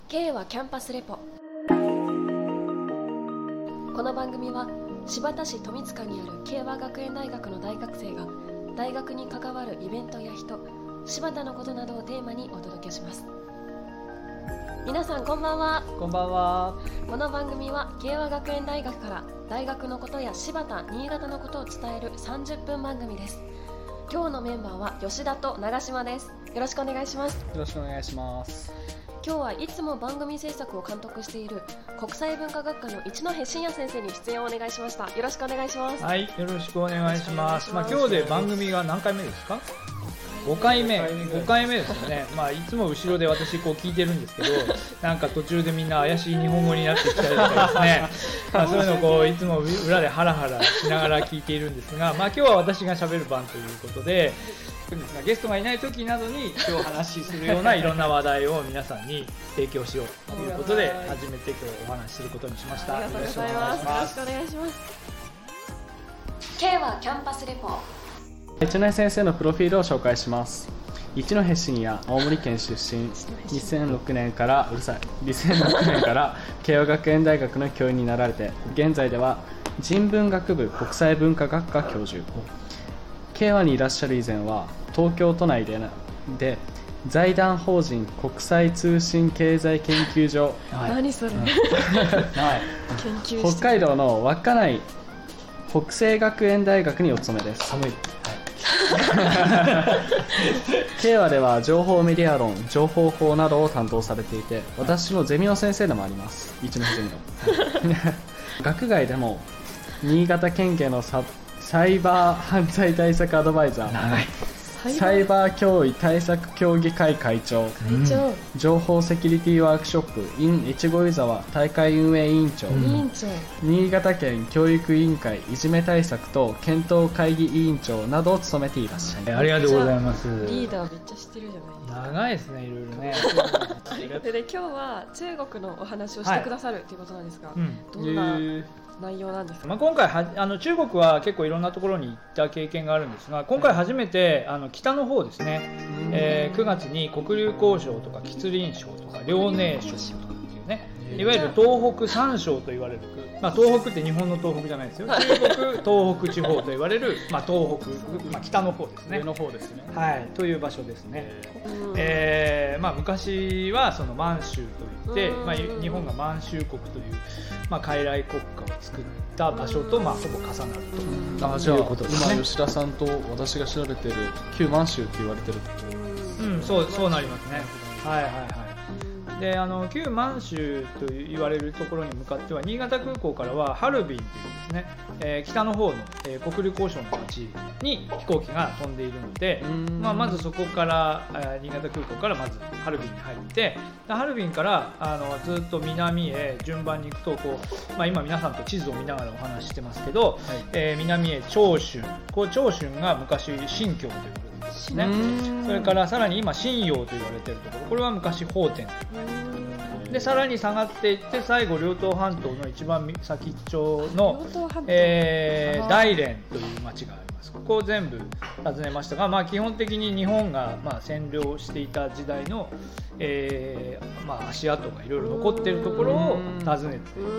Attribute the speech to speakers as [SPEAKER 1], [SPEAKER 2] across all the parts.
[SPEAKER 1] K はキャンパスレポ。この番組は新発田市富塚にある慶和学園大学の大学生が大学に関わるイベントや人、新発田のことなどをテーマにお届けします。皆さんこんばんは。
[SPEAKER 2] こんばんは。
[SPEAKER 1] この番組は慶和学園大学から大学のことや新発田、新潟のことを伝える30分番組です。今日のメンバーは吉田と長島です。よろしくお願いします。
[SPEAKER 2] よろしくお願いします。
[SPEAKER 1] 今日はいつも番組制作を監督している国際文化学科の一戸真也先生に出演をお願いしました。よろしくお願いします。
[SPEAKER 3] はい、よろしくお願いします。今日で番組が何回目ですか？5回目ですよね。いつも後ろで私聞いてるんですけど、なんか途中でみんな怪しい日本語になってきたりとかですねそういうのをいつも裏でハラハラしながら聞いているんですが、今日は私が喋る番ということで、ゲストがいない時などに今日話しするようないろんな話題を皆さんに提供しようということで初めて今日お話しすることにしました。
[SPEAKER 1] ありがとうございます。よろしくお願いします。 K はキャンパスレポ。
[SPEAKER 2] 一戸先生のプロフィールを紹介します。一戸真也、青森県出身。2006年から慶応学園大学の教員になられて、現在では人文学部国際文化学科教授。慶和にいらっしゃる以前は東京都内で財団法人国際通信経済研究所、
[SPEAKER 1] 何それ、研究
[SPEAKER 2] 北海道の稚内北西学園大学にお勤めです。
[SPEAKER 3] 寒い
[SPEAKER 2] 慶和では情報メディア論、情報法などを担当されていて、私のゼミの先生でもあります。一戸ゼミの学外でも新潟県警のサイバー犯罪対策アドバイザー、サイバー脅威対策協議会会長、情報セキュリティワークショップ in 越後湯沢大会運営委員長、新潟県教育委員会いじめ対策と検討会議委員長などを務めていらっしゃいます。
[SPEAKER 3] ありがとうございます。
[SPEAKER 1] リーダーめっちゃ知ってるじゃないですか。
[SPEAKER 3] 長いですね、いろいろね
[SPEAKER 1] で今日は中国のお話をしてくださるということなんですが、どんな内容なんですか？
[SPEAKER 3] 今回中国は結構いろんなところに行った経験があるんですが、今回初めて北の方ですね、9月に黒竜江省とか吉林省とか遼寧省とかっていうね、いわゆる東北三省と言われる、東北って日本の東北じゃないですよ、中国東北地方と言われる、東北、北の方ですね、
[SPEAKER 2] 上の方ですね、
[SPEAKER 3] という場所ですね。昔はその満州といって、日本が満州国という、傀儡国家を作った場所と、ほぼ重なるということですね。
[SPEAKER 2] 今吉田さんと私が調べている旧満州と言われてる
[SPEAKER 3] そうなりますね。で旧満州と言われるところに向かっては、新潟空港からはハルビンというですね、北の方の、黒竜江省の町に飛行機が飛んでいるので、まずそこから新潟空港からまずハルビンに入って、ハルビンからずっと南へ順番に行くと今皆さんと地図を見ながらお話ししてますけど、南へ長春、長春が昔新疆ということですね。それからさらに今新陽と言われているところ、これは昔奉天で、さらに下がっていって、最後遼東半島の一番先っちょの、大連という町があります。ここを全部訪ねましたが、基本的に日本が占領していた時代の、足跡がいろいろ残っているところを訪ねて、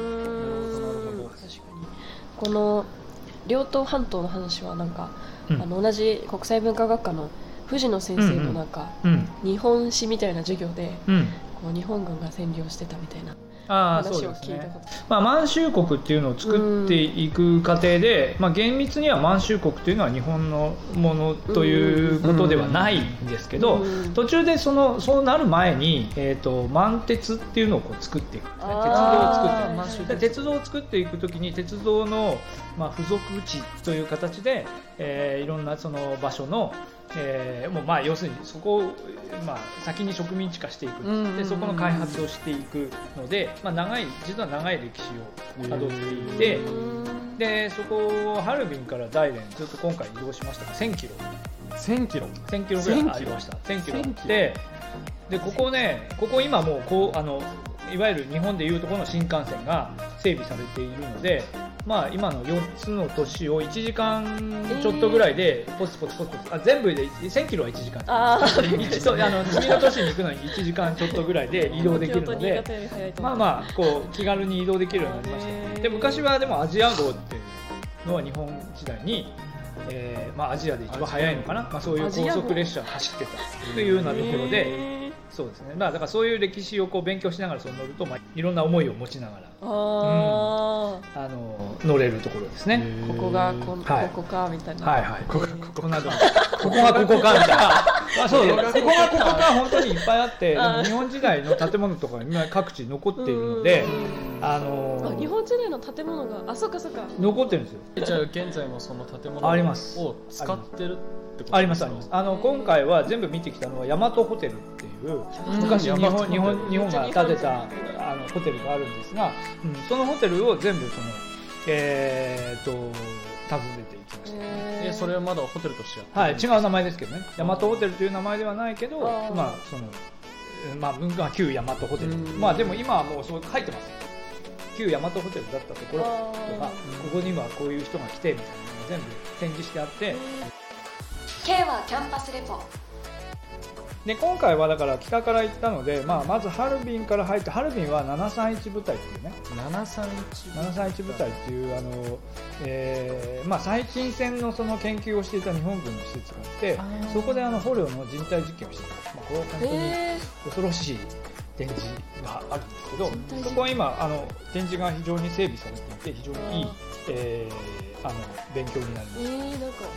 [SPEAKER 1] この遼東半島の話はなんか、同じ国際文化学科の藤野先生のなんか、日本史みたいな授業で、日本軍が占領してたみたいな話を聞いたこと、
[SPEAKER 3] 満州国っていうのを作っていく過程で、厳密には満州国というのは日本のものということではないんですけど、途中でそうなる前に、満鉄っていうのを作っていくんですね。鉄道を作っていくときに鉄道の、付属地という形で、いろんなその場所の要するにそこを、先に植民地化していく、でそこの開発をしていくので、実は長い歴史をたどっていて、でそこをハルビンから大連ずっと今回移動しましたが1000キロぐらいありました。1000キロでここ今もういわゆる日本でいうところの新幹線が整備されているので、 まあ、今の4つの都市を1時間ちょっとぐらいでポツポツポツポツ、全部で1000キロは1時間次の都市に行くのに1時間ちょっとぐらいで移動できるのでまあまあこう気軽に移動できるようになりました。で昔はでもアジア号っていうのは日本時代にまあ、アジアで一番速いのかな、まあ、そういう高速列車が走ってたというようなところで、そうですね、まあ、だからそういう歴史をこう勉強しながら乗ると、まあ、いろんな思いを持ちながら乗れるところですね。
[SPEAKER 1] ここがここかみたいな、
[SPEAKER 3] はいはい、ここがここかみたいなあ、そうここがここか本当にいっぱいあってでも日本時代の建物とか今各地残っているので
[SPEAKER 1] 日本時代の建物がそうか
[SPEAKER 3] 残ってるんですよ。
[SPEAKER 2] じゃあ現在もその建物を使ってるってこと
[SPEAKER 3] ありますあります。今回は全部見てきたのは大和ホテルっていう昔日本が建てたホテルがあるんですが、そのホテルを全部訪ねていきました。
[SPEAKER 2] それはまだホテルとして
[SPEAKER 3] はい、違う名前ですけどね、大和ホテルという名前ではないけど、まあ文化旧大和ホテル、まあでも今はもうそう書いてます。旧大和ホテルだったところとか、ここにはこういう人が来てみたいなのが全部展示してあって、
[SPEAKER 1] K はキャンパスレポ
[SPEAKER 3] で今回はだから北から行ったので、まあ、まずハルビンから入って、ハルビンは731部隊っていうね、731部隊っていうまあ、最近戦のその研究をしていた日本軍の施設があって、そこで捕虜の人体実験をしていた、まあ、これは本当に恐ろしい展示があるんですけど、そこは今展示が非常に整備されていて非常にいい、勉強になります。
[SPEAKER 1] なんか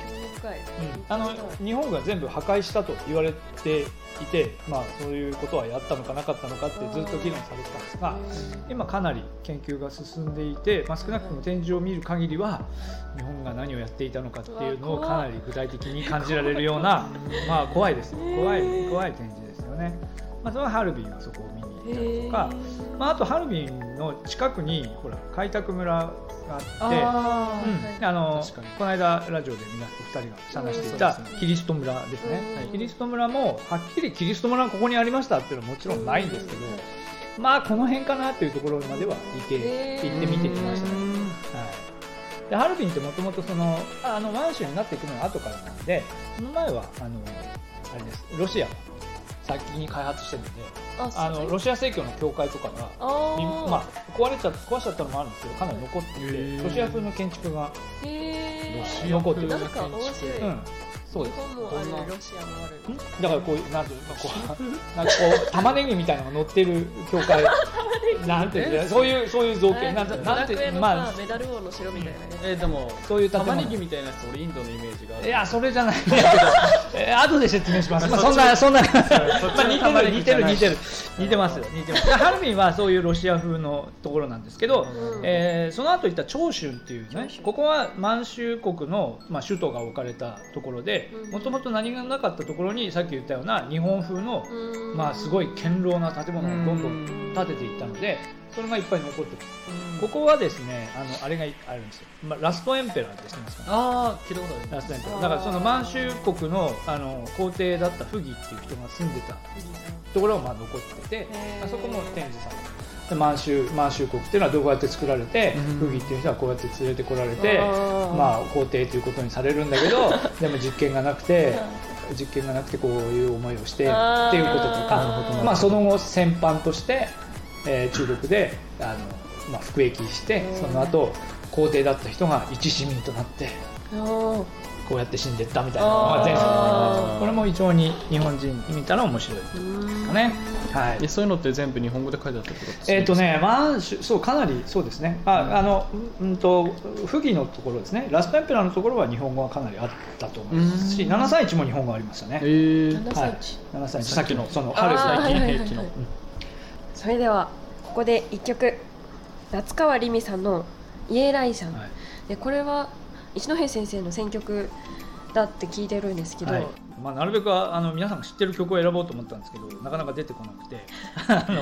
[SPEAKER 3] 日本が全部破壊したと言われていて、まあ、そういうことはやったのかなかったのかってずっと議論されてたんですが、今かなり研究が進んでいて、まあ、少なくとも展示を見る限りは日本が何をやっていたのかっていうのをかなり具体的に感じられるようなまあ怖いですね、怖い展示ですよね。まあ、そのハルビンはそこを見に行ったりとか、まあ、あとハルビンの近くにほら開拓村があって、この間ラジオで2人が話していたキリスト村ですね、キリスト村もはっきりキリスト村がここにありましたっていうのはもちろんないんですけど、まあこの辺かなっていうところまでは行ってみてきましたね。でハルビンってもともと満州になっていくのが後からなので、その前はあれです、ロシアが先に開発してるので、ロシア正教の教会とかが、まあ、壊しちゃったのもあるんですけどかなり残っていて、ロシア風の建築が残ってる。
[SPEAKER 1] なんか面白い。
[SPEAKER 3] そうです。
[SPEAKER 1] 日本もある、ロシアもある。
[SPEAKER 3] だからこういうなんていうかこう玉ねぎみたいなのが乗ってる教会なんていうそういう造形なんて
[SPEAKER 1] まあメダル王の城みたいなね。
[SPEAKER 2] でも
[SPEAKER 3] そういう
[SPEAKER 2] 玉ねぎみたいなやつ俺インドのイメージがある。
[SPEAKER 3] いやそれじゃないんだけど後で説明します。まあそんな似てますよ。ハルビンはそういうロシア風のところなんですけど、その後行った長春っていうね、ここは満州国のまあ首都が置かれたところで、もともと何がなかったところにさっき言ったような日本風のまあすごい堅牢な建物をどんどん建てていったので、それがいっぱい残ってます。ここはですね、あれがあるんですよ。まあ、ラストエンペラーって知ってますか？
[SPEAKER 2] 聞いたことある。
[SPEAKER 3] ラストエンペラー。だからその満州国の皇帝だった溥儀っていう人が住んでたところがまあ残ってて、そこも展示されて。満州国っていうのはどうやって作られて、溥儀っていう人はこうやって連れてこられて、まあ皇帝ということにされるんだけど、でも実権がなくてこういう思いをしてっていうこととか、まあその後戦犯として、中国でまあ服役して、その後皇帝だった人が一市民となってこうやって死んでいったみたいなのが前世、これも非常に日本人見たら面白いですかね。はい、
[SPEAKER 2] そういうのって全部日本語で書いてあったことです
[SPEAKER 3] ね。そうかなりそうですね。溥儀のところですね。ラストエンペラーのところは日本語がかなりあったと思いますし、731も日本語ありましたね。731、さっきのその春最近兵器の。
[SPEAKER 1] それではここで1曲、夏川りみさんのイエーライシャン、でこれは一戸先生の選曲だって聞いてるんですけど、まあ、
[SPEAKER 3] なるべく皆さんが知ってる曲を選ぼうと思ったんですけどなかなか出てこなくて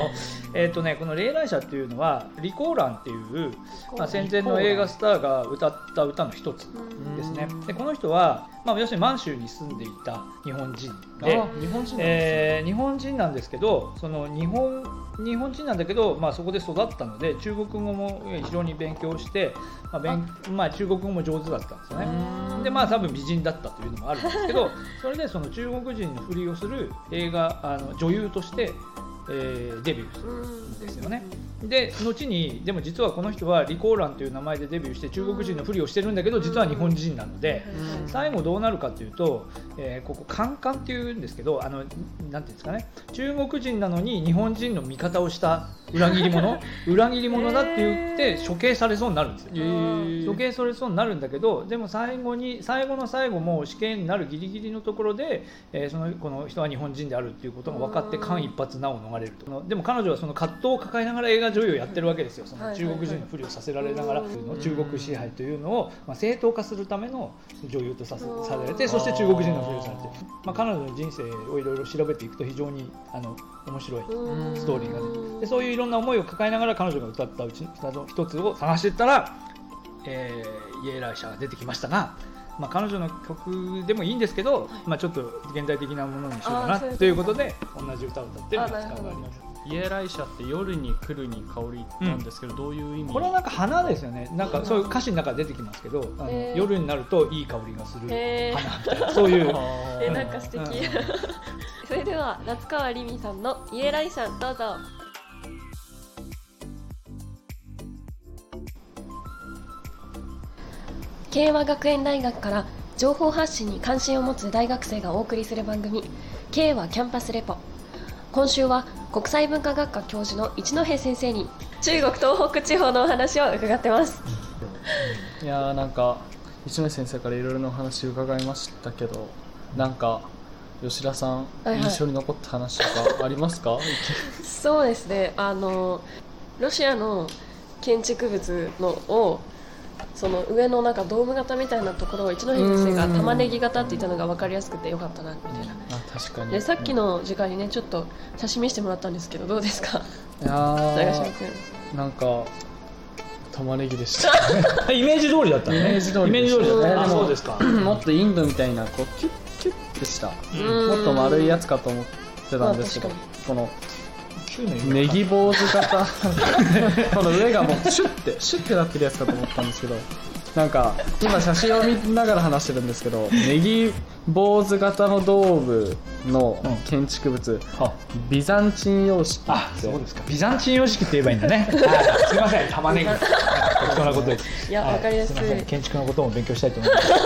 [SPEAKER 3] この霊来者っていうのはリコーランっていう、戦前の映画スターが歌った歌の一つですね。でこの人は、要するに満州に住んでいた日本人で、日本人なんですけど、その日本人なんだけど、そこで育ったので中国語も非常に勉強して、中国語も上手だったんですよね。で多分美人だったというのもあるんですけど、それでその中国人のふりをする女優としてデビューするんですよね。で後にでも実はこの人はリコーランという名前でデビューして中国人のふりをしてるんだけど実は日本人なので、最後どうなるかというと、ここカンカンっていうんですけど、なんていうんですかね、中国人なのに日本人の味方をした裏切り者だって言って処刑されそうになるんですよ。処刑されそうになるんだけど、でも最後の最後も死刑になるギリギリのところで、この人は日本人であるっていうことが分かって間一髪難を逃れると。でも彼女はその葛藤を抱えながら映画女優をやってるわけですよ。その中国人のふりをさせられながら、中国支配というのを正当化するための女優とされて、そして中国人のふりをされて、彼女の人生をいろいろ調べていくと非常に面白いストーリーが出て、でそういういろんな思いを抱えながら彼女が歌ったうちの一つを探していったら、霊来者が出てきましたが、彼女の曲でもいいんですけど、ちょっと現代的なものにしようかなということで同じ歌を歌ってるんですがあります。
[SPEAKER 2] 霊来者って夜に来るに香りなんですけど、どういう意味？
[SPEAKER 3] これはなんか花ですよね。なんかそういう歌詞の中で出てきますけど、夜になるといい香りがする花みたいな、そういう
[SPEAKER 1] なんか素敵それでは夏川りみさんの霊来者どうぞ。慶和学園大学から情報発信に関心を持つ大学生がお送りする番組、慶和キャンパスレポ。今週は国際文化学科教授の一戸先生に中国東北地方のお話を伺ってます。
[SPEAKER 2] いやなんか一戸先生からいろいろなお話を伺いましたけど、なんか吉田さん、印象に残った話とかありますか？
[SPEAKER 1] そうですね、ロシアの建築物をその上のなんかドーム型みたいなところを一戸先生が玉ねぎ型って言ったのが分かりやすくてよかったなみたいな。
[SPEAKER 2] 確かに。
[SPEAKER 1] でさっきの時間にねちょっと写真見せてもらったんですけどどうですか？
[SPEAKER 2] いやなんか玉ねぎでした
[SPEAKER 3] イメージ通りだったね。
[SPEAKER 2] イメージ通り
[SPEAKER 3] だった。そうですか。
[SPEAKER 2] もっとインドみたいなこうキュッキュッてしたもっと丸いやつかと思ってたんですけど、このネギ坊主型この上がもうシュッてなってるやつかと思ったんですけど、なんか今写真を見ながら話してるんですけど、ネギ坊主型のドームの建築物、ビザンチン様式。
[SPEAKER 3] そうですか。ビザンチン様式って言えばいいんだねすみません、玉ねぎそんなことです。
[SPEAKER 1] いや、わかりやすい。
[SPEAKER 3] 建築のことも勉強したいと思います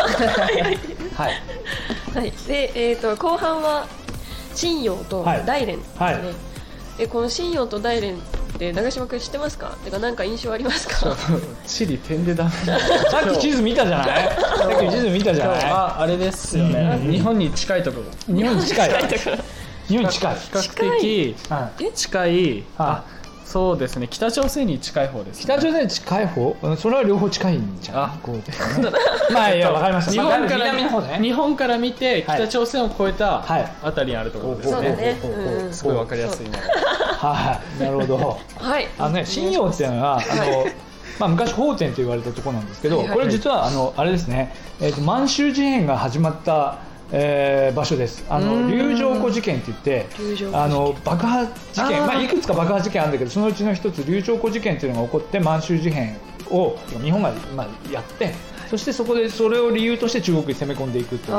[SPEAKER 1] はい。で、後半は信陽と大連ですね。この信陽と大連って長嶋君知ってますか？てか何か印象ありますか？
[SPEAKER 2] 地理点でダメ
[SPEAKER 3] さっき地図見たじゃない？
[SPEAKER 2] あれですよね。日本に近いところ。
[SPEAKER 3] 日本に近い。日本に近い。
[SPEAKER 2] 比較的近い。そうですね。北朝鮮に近い方です。
[SPEAKER 3] 北朝鮮に近い方？それは両方近いんじゃん。いやわかりました。
[SPEAKER 2] 日本から見て北朝鮮を越えたあたりにあるところですね。すごいわかりやすいな。
[SPEAKER 3] なるほど。信陽っていうのは昔奉天と言われたところなんですけど、これ実はあれですね。満州事変が始まった場所です。龍城湖事件って言って爆破事件、いくつか爆破事件あるんだけど、そのうちの一つ龍城湖事件っていうのが起こって満州事変を日本がやって、そしてそれを理由として中国に攻め込んでいくという、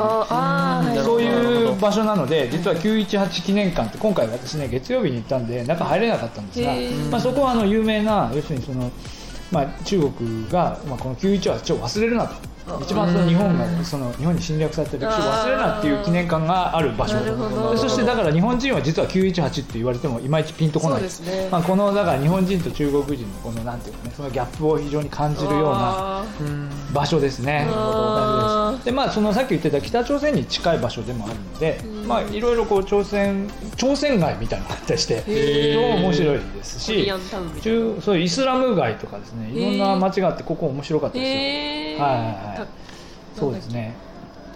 [SPEAKER 3] そういう場所なので、実は918記念館って今回私ね月曜日に行ったんで中入れなかったんですが、そこは有名な、要するに中国がこの918を忘れるなと。一番日本が日本に侵略された歴史を忘れるなっていう記念館がある場所で、そしてだから日本人は実は918って言われてもいまいちピンとこないです。このだから日本人と中国人のこのなんていうかね、そのギャップを非常に感じるような場所ですね。でそのさっき言ってた北朝鮮に近い場所でもあるので、いろいろこう朝鮮街みたいなのがあったりして面白いですし、そういうイスラム街とかですね、いろんな街があってここ面白かったですよ。そうですね。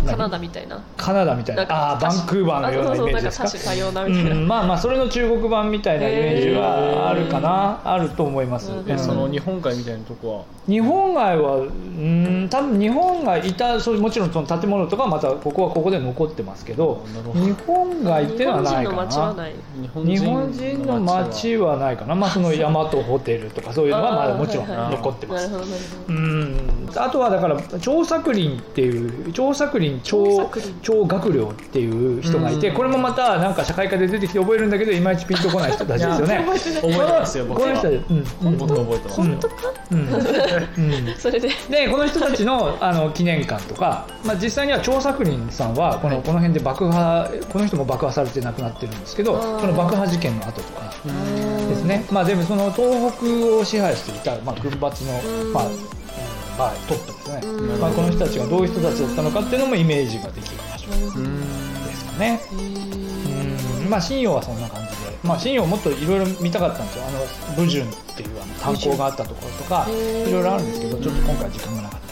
[SPEAKER 1] カナダみたいな
[SPEAKER 3] バンクーバーのようなイメージですか。
[SPEAKER 1] 多種多様なみたいな、
[SPEAKER 3] まあそれの中国版みたいなイメージはあるかな、あると思います。
[SPEAKER 2] その日本海みたいなとこは、
[SPEAKER 3] 日本海は多分日本がいた、もちろんその建物とかまたここで残ってますけど、日本海っていうのはないかな。日本人の街はないかな。まあその大和ホテルとかそういうのはまだもちろん残ってます。あとはだから張作霖っていう張学良っていう人がいて、これもまたなんか社会科で出てきて覚えるんだけどいまいちピンとこない人たちですよね。
[SPEAKER 2] 覚えてますよ僕は。僕覚えてます。
[SPEAKER 1] 本当か。それで
[SPEAKER 3] この人たちの記念館とか、まあ実際には張作霖さんはこの辺でこの人も爆破されて亡くなってるんですけど、その爆破事件の後とかですね。まあ全部その東北を支配していた軍閥のトップですね。この人たちがどういう人たちだったのかっていうのもイメージができる場所ですかね。まあ信用はそんな感じで、まあ信用もっといろいろ見たかったんですよ。武順っていう炭鉱があったところとかいろいろあるんですけど、ちょっと今回時間がなかった。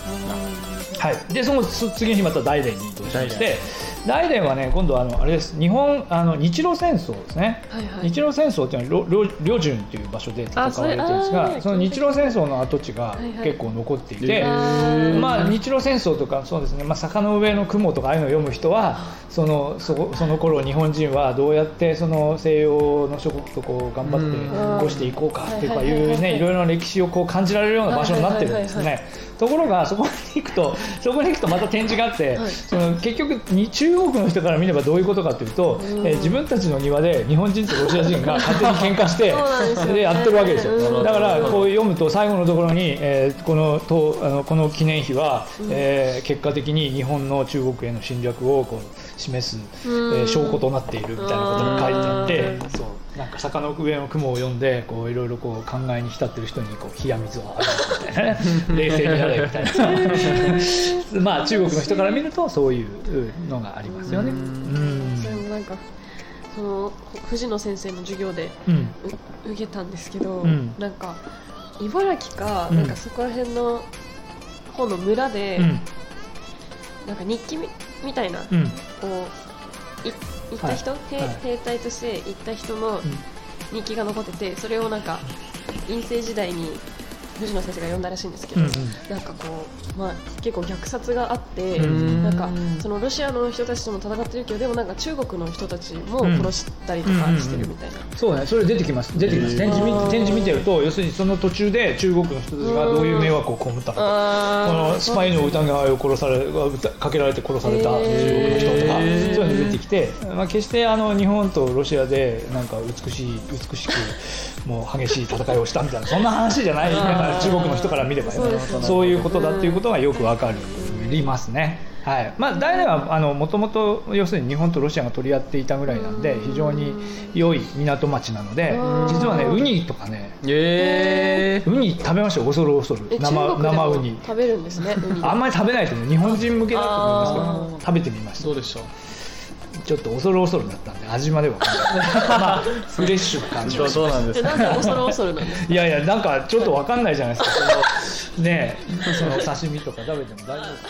[SPEAKER 3] はい。でその次の日また大連に移動しまして、大連はね今度あれです。日露戦争ですね。日露戦争っていうのは旅順っていう場所で戦われてるんですが、その日露戦争の跡地が結構残っていて、まあ日露戦争とかそうですね、まあ坂の上の雲とかああいうのを読む人はその頃日本人はどうやってその西洋の諸国とこう頑張って越していこうかっていうね、いろいろな歴史をこう感じられるような場所になってるんですね。ところがそこに行くとまた展示があって、その結局中国の人から見ればどういうことかというと、自分たちの庭で日本人とロシア人が勝手に喧嘩してでやってるわけですよ。だからこう読むと最後のところに、この記念碑は、結果的に日本の中国への侵略をこう示す、証拠となっているみたいなことが書いてあって、そうなんか坂の上の雲を読んでこういろいろこう考えに浸ってる人にこう冷や水をあげるみたいなね冷静になれみたいなまあ中国の人から見るとそういうのがありますよね。
[SPEAKER 1] それもなんかその藤野先生の授業で、受けたんですけど、なんか茨城か、なんかそこら辺の方の村で、なんか日記みたいな、こう行った人、兵隊として行った人の日記が残ってて、それをなんか院生時代に藤野先生が読んだらしいんですけど、なんかこう、まあ、結構虐殺があって、なんかそのロシアの人たちとも戦ってるけど、でもなんか中国の人たちも殺したりとかしてるみたいな、
[SPEAKER 3] そうね、それ出てきます展示見てると、要するにその途中で中国の人たちがどういう迷惑を被ったのか、このスパイの疑いをかけられて殺された中国の人とか、そういうの出てきて、まあ、決して日本とロシアでなんか美しくもう激しい戦いをしたみたいなそんな話じゃない中国の人から見れば、そういうことだっていうことがよくわかりますね。はい。まあ大連はもともと要するに日本とロシアが取り合っていたぐらいなんで、非常に良い港町なので、実はねウニとかね、ウニ食べましたよ。恐る生ウニ
[SPEAKER 1] 食べるんですね。
[SPEAKER 3] あんまり食べないと思う、日本人向けだと思いますけど、食べてみました。
[SPEAKER 2] どうでしょう。
[SPEAKER 3] ちょっと恐る恐るだったんで味まではまあフレッシュな感じ。
[SPEAKER 2] そうなんです。
[SPEAKER 1] なんで恐る恐るなんですか。
[SPEAKER 3] いやなんかちょっと分かんないじゃないですか。ねその刺身とか食べても大丈夫ですか。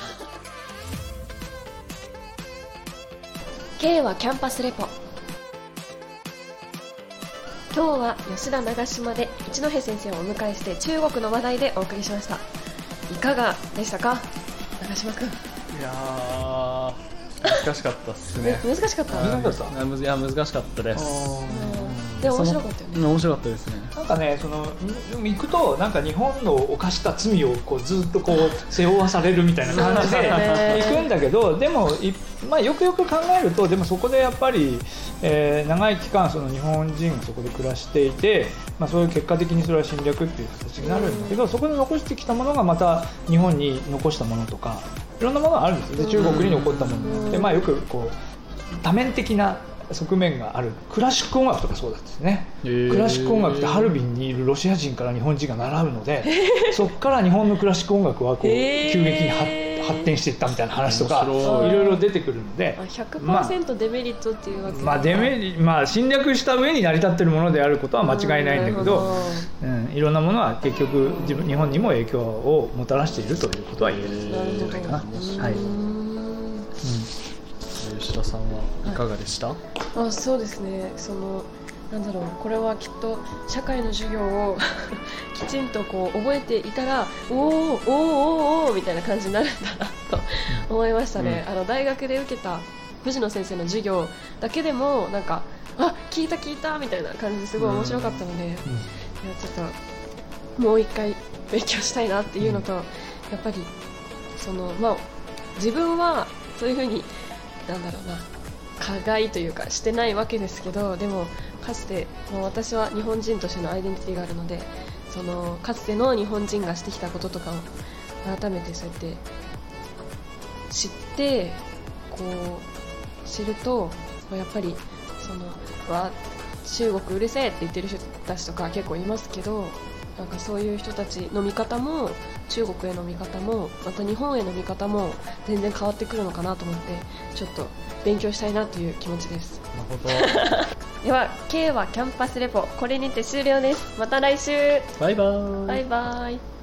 [SPEAKER 1] K はキャンパスレポ。今日は吉田長島で一戸先生をお迎えして中国の話題でお送りしました。いかがでしたか、長島くん。
[SPEAKER 2] いや難しかったですね。
[SPEAKER 1] 難しかった。
[SPEAKER 2] いや難しかったです。
[SPEAKER 1] で面白かったよね。
[SPEAKER 2] 面白かったですね。
[SPEAKER 3] なんかね、行くとなんか日本の犯した罪をこうずっとこう背負わされるみたいな感じで行くんだけど、でもまあよくよく考えると、でもそこでやっぱり、長い期間その日本人がそこで暮らしていて、まあそういう結果的にそれは侵略っていう形になるんだけど、そこで残してきたものがまた日本に残したものとかいろんなものがあるんですよ。で中国に残ったものがあって、まあよくこう多面的な側面がある。クラシック音楽とかそうだったんですね。クラシック音楽ってハルビンにいるロシア人から日本人が習うので、そこから日本のクラシック音楽はこう急激に発展していったみたいな話とかいろいろ出てくるので、
[SPEAKER 1] 100% デメリットっていうわけ
[SPEAKER 3] では侵略した上に成り立っているものであることは間違いないんだけど、いろんなものは結局日本にも影響をもたらしているということは言えるんじゃないかな。はい。
[SPEAKER 2] 吉田さんはいかがでした？
[SPEAKER 1] そうですね、なんだろう、これはきっと社会の授業をきちんとこう覚えていたらおーみたいな感じになるんだなと思いましたね。大学で受けた藤野先生の授業だけでもなんか聞いたみたいな感じですごい面白かったので、いやちょっともう一回勉強したいなっていうのと、やっぱり自分はそういう風になんだろうな、加害というかしてないわけですけど、でもかつて私は日本人としてのアイデンティティがあるので、かつての日本人がしてきたこととかを改めてそうやって知ってこう知ると、やっぱり中国うるせえって言ってる人たちとか結構いますけど、なんかそういう人たちの見方も中国への見方もまた日本への見方も全然変わってくるのかなと思って、ちょっと勉強したいなという気持ちです。
[SPEAKER 2] なるほど。
[SPEAKER 1] では K はキャンパスレポこれにて終了です。また来週。
[SPEAKER 2] バイバイ。
[SPEAKER 1] バイバイ。